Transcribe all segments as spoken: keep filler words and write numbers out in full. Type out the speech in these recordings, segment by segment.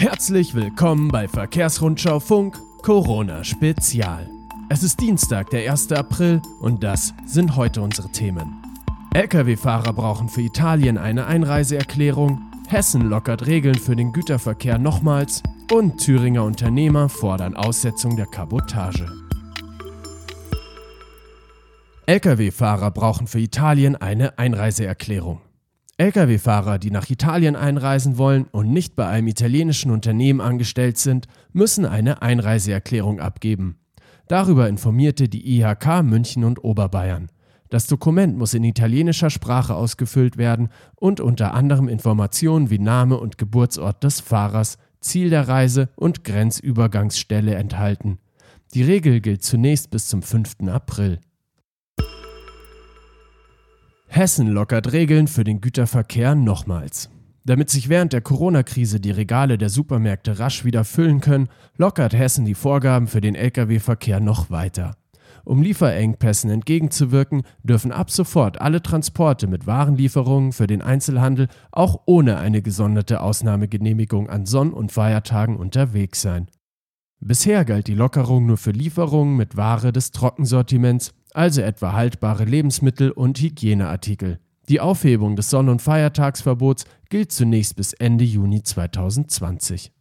Herzlich willkommen bei Verkehrsrundschau Funk Corona Spezial. Es ist Dienstag, der erster April und das sind heute unsere Themen. L K W-Fahrer brauchen für Italien eine Einreiseerklärung, Hessen lockert Regeln für den Güterverkehr nochmals und Thüringer Unternehmer fordern Aussetzung der Kabotage. L K W-Fahrer brauchen für Italien eine Einreiseerklärung. L K W-Fahrer, die nach Italien einreisen wollen und nicht bei einem italienischen Unternehmen angestellt sind, müssen eine Einreiseerklärung abgeben. Darüber informierte die I H K München und Oberbayern. Das Dokument muss in italienischer Sprache ausgefüllt werden und unter anderem Informationen wie Name und Geburtsort des Fahrers, Ziel der Reise und Grenzübergangsstelle enthalten. Die Regel gilt zunächst bis zum fünften April. Hessen lockert Regeln für den Güterverkehr nochmals. Damit sich während der Corona-Krise die Regale der Supermärkte rasch wieder füllen können, lockert Hessen die Vorgaben für den L K W-Verkehr noch weiter. Um Lieferengpässen entgegenzuwirken, dürfen ab sofort alle Transporte mit Warenlieferungen für den Einzelhandel auch ohne eine gesonderte Ausnahmegenehmigung an Sonn- und Feiertagen unterwegs sein. Bisher galt die Lockerung nur für Lieferungen mit Ware des Trockensortiments, also etwa haltbare Lebensmittel und Hygieneartikel. Die Aufhebung des Sonn- und Feiertagsverbots gilt zunächst bis Ende Juni zweitausendzwanzig.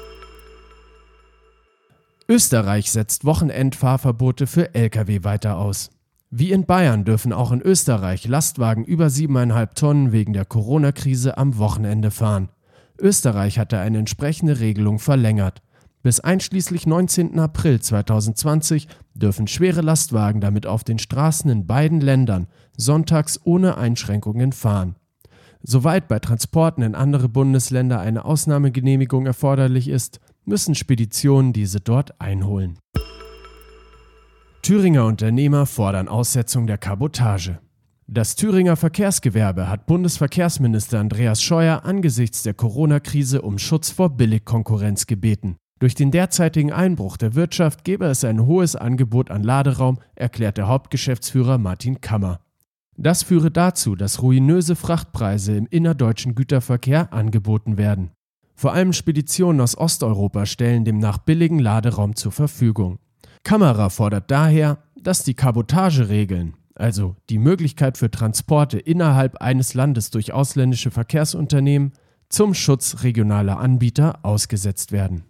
Österreich setzt Wochenendfahrverbote für L K W weiter aus. Wie in Bayern dürfen auch in Österreich Lastwagen über siebeneinhalb Tonnen wegen der Corona-Krise am Wochenende fahren. Österreich hatte eine entsprechende Regelung verlängert. Bis einschließlich neunzehnten April zweitausendzwanzig dürfen schwere Lastwagen damit auf den Straßen in beiden Ländern sonntags ohne Einschränkungen fahren. Soweit bei Transporten in andere Bundesländer eine Ausnahmegenehmigung erforderlich ist, müssen Speditionen diese dort einholen. Thüringer Unternehmer fordern Aussetzung der Kabotage. Das Thüringer Verkehrsgewerbe hat Bundesverkehrsminister Andreas Scheuer angesichts der Corona-Krise um Schutz vor Billigkonkurrenz gebeten. Durch den derzeitigen Einbruch der Wirtschaft gebe es ein hohes Angebot an Laderaum, erklärt der Hauptgeschäftsführer Martin Kammer. Das führe dazu, dass ruinöse Frachtpreise im innerdeutschen Güterverkehr angeboten werden. Vor allem Speditionen aus Osteuropa stellen demnach billigen Laderaum zur Verfügung. Kammerer fordert daher, dass die Kabotageregeln, also die Möglichkeit für Transporte innerhalb eines Landes durch ausländische Verkehrsunternehmen, zum Schutz regionaler Anbieter ausgesetzt werden.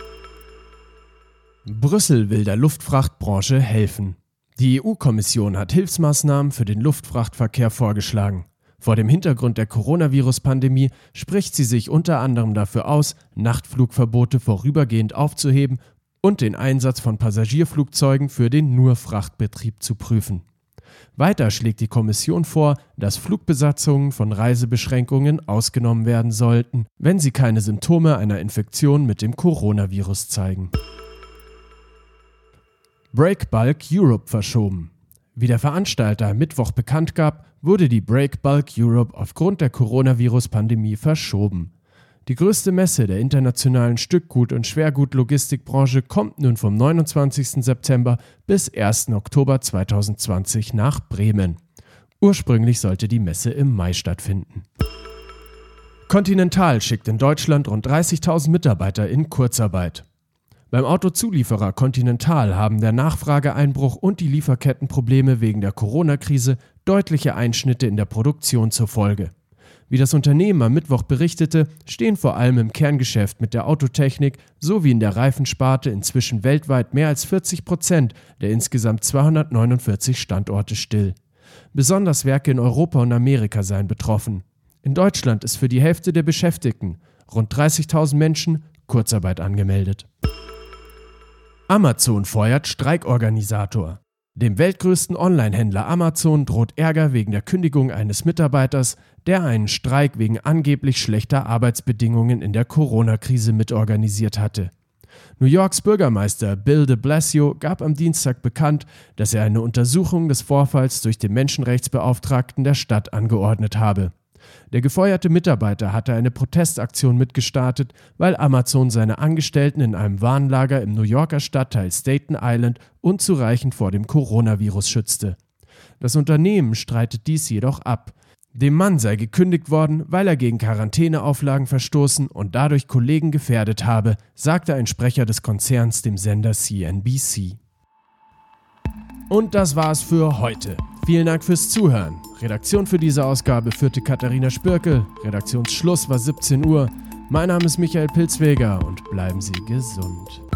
Brüssel will der Luftfrachtbranche helfen. Die E U-Kommission hat Hilfsmaßnahmen für den Luftfrachtverkehr vorgeschlagen. Vor dem Hintergrund der Coronavirus-Pandemie spricht sie sich unter anderem dafür aus, Nachtflugverbote vorübergehend aufzuheben und den Einsatz von Passagierflugzeugen für den Nur-Frachtbetrieb zu prüfen. Weiter schlägt die Kommission vor, dass Flugbesatzungen von Reisebeschränkungen ausgenommen werden sollten, wenn sie keine Symptome einer Infektion mit dem Coronavirus zeigen. Breakbulk Europe verschoben. Wie der Veranstalter am Mittwoch bekannt gab, wurde die Breakbulk Europe aufgrund der Coronavirus-Pandemie verschoben. Die größte Messe der internationalen Stückgut- und Schwergutlogistikbranche kommt nun vom neunundzwanzigsten September bis ersten Oktober zweitausendzwanzig nach Bremen. Ursprünglich sollte die Messe im Mai stattfinden. Continental schickt in Deutschland rund dreißigtausend Mitarbeiter in Kurzarbeit. Beim Autozulieferer Continental haben der Nachfrageeinbruch und die Lieferkettenprobleme wegen der Corona-Krise deutliche Einschnitte in der Produktion zur Folge. Wie das Unternehmen am Mittwoch berichtete, stehen vor allem im Kerngeschäft mit der Autotechnik sowie in der Reifensparte inzwischen weltweit mehr als vierzig Prozent der insgesamt zweihundertneunundvierzig Standorte still. Besonders Werke in Europa und Amerika seien betroffen. In Deutschland ist für die Hälfte der Beschäftigten, rund dreißigtausend Menschen, Kurzarbeit angemeldet. Amazon feuert Streikorganisator. Dem weltgrößten Online-Händler Amazon droht Ärger wegen der Kündigung eines Mitarbeiters, der einen Streik wegen angeblich schlechter Arbeitsbedingungen in der Corona-Krise mitorganisiert hatte. New Yorks Bürgermeister Bill de Blasio gab am Dienstag bekannt, dass er eine Untersuchung des Vorfalls durch den Menschenrechtsbeauftragten der Stadt angeordnet habe. Der gefeuerte Mitarbeiter hatte eine Protestaktion mitgestartet, weil Amazon seine Angestellten in einem Warenlager im New Yorker Stadtteil Staten Island unzureichend vor dem Coronavirus schützte. Das Unternehmen streitet dies jedoch ab. Dem Mann sei gekündigt worden, weil er gegen Quarantäneauflagen verstoßen und dadurch Kollegen gefährdet habe, sagte ein Sprecher des Konzerns dem Sender C N B C. Und das war's für heute. Vielen Dank fürs Zuhören. Redaktion für diese Ausgabe führte Katharina Spürkel. Redaktionsschluss war siebzehn Uhr. Mein Name ist Michael Pilzweger und bleiben Sie gesund.